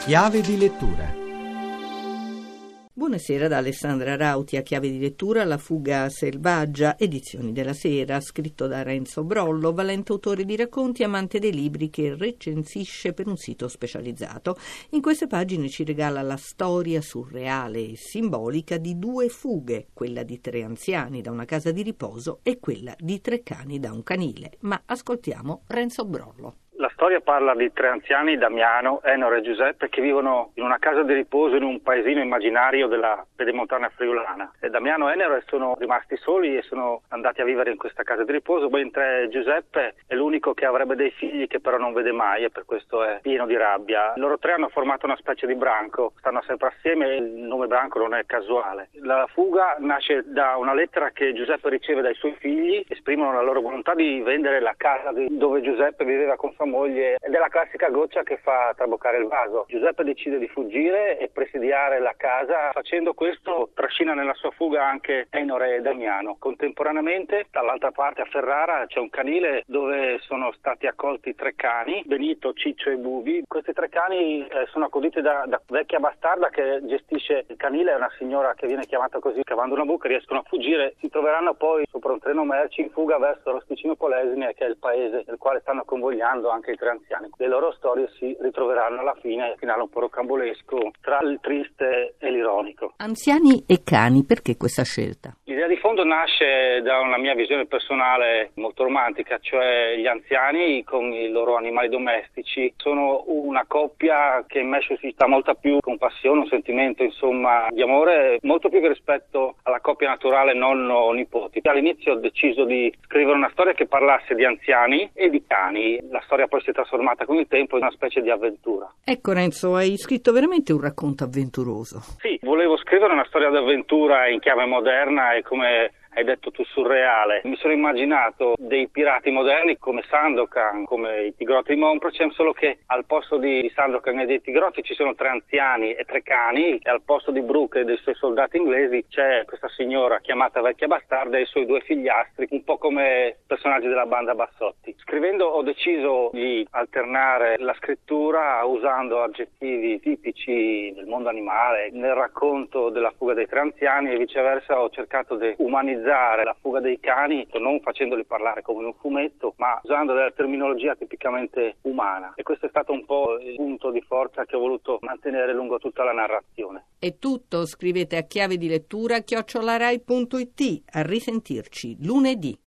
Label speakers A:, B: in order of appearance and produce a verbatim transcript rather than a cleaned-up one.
A: Chiave di lettura.
B: Buonasera da Alessandra Rauti a Chiave di lettura, La fuga selvaggia, edizioni della Sera, scritto da Renzo Brollo, valente autore di racconti, amante dei libri che recensisce per un sito specializzato. In queste pagine ci regala la storia surreale e simbolica di due fughe, quella di tre anziani da una casa di riposo e quella di tre cani da un canile. Ma ascoltiamo Renzo Brollo.
C: La storia parla di tre anziani, Damiano, Enore e Giuseppe, che vivono in una casa di riposo in un paesino immaginario della pedemontana friulana. E Damiano e Enore sono rimasti soli e sono andati a vivere in questa casa di riposo, mentre Giuseppe è l'unico che avrebbe dei figli che però non vede mai e per questo è pieno di rabbia. Loro tre hanno formato una specie di branco, stanno sempre assieme e il nome branco non è casuale. La fuga nasce da una lettera che Giuseppe riceve dai suoi figli, esprimono la loro volontà di vendere la casa dove Giuseppe viveva con sua moglie ed è la classica goccia che fa traboccare il vaso. Giuseppe decide di fuggire e presidiare la casa, facendo questo trascina nella sua fuga anche Enore e Damiano. Contemporaneamente dall'altra parte a Ferrara c'è un canile dove sono stati accolti tre cani, Benito, Ciccio e Bubi. Questi tre cani eh, sono accuditi da, da vecchia bastarda che gestisce il canile, è una signora che viene chiamata così, cavando una buca riescono a fuggire, si troveranno poi sopra un treno merci in fuga verso Rosticino Polesine, che è il paese nel quale stanno convogliando anche i tre anziani. Le loro storie si ritroveranno alla fine, al finale un po' rocambolesco, tra il triste e l'ironico.
B: Anziani e cani, perché questa scelta?
C: L'idea di fondo nasce da una mia visione personale molto romantica, cioè gli anziani con i loro animali domestici sono una coppia che in me suscita molta più compassione, un sentimento insomma di amore, molto più che rispetto alla coppia naturale nonno-nipoti. All'inizio ho deciso di scrivere una storia che parlasse di anziani e di cani. La storia poi si è trasformata con il tempo in una specie di avventura.
B: Ecco Renzo, hai scritto veramente un racconto avventuroso.
C: Sì, volevo scrivere una storia d'avventura in chiave moderna e come hai detto tu surreale. Mi sono immaginato dei pirati moderni come Sandokan, come i Tigrotti di Montparnasse, solo che al posto di Sandokan e dei Tigrotti ci sono tre anziani e tre cani e al posto di Brooke e dei suoi soldati inglesi c'è questa signora chiamata Vecchia Bastarda e i suoi due figliastri, un po' come personaggi della banda Bassotti. Scrivendo ho deciso di alternare la scrittura usando aggettivi tipici del mondo animale nel racconto della fuga dei tre anziani e viceversa ho cercato di umanizzare la fuga dei cani, non facendoli parlare come in un fumetto, ma usando della terminologia tipicamente umana. E questo è stato un po' il punto di forza che ho voluto mantenere lungo tutta la narrazione.
B: È tutto, scrivete a chiave di lettura chiocciola rai punto it. A risentirci lunedì.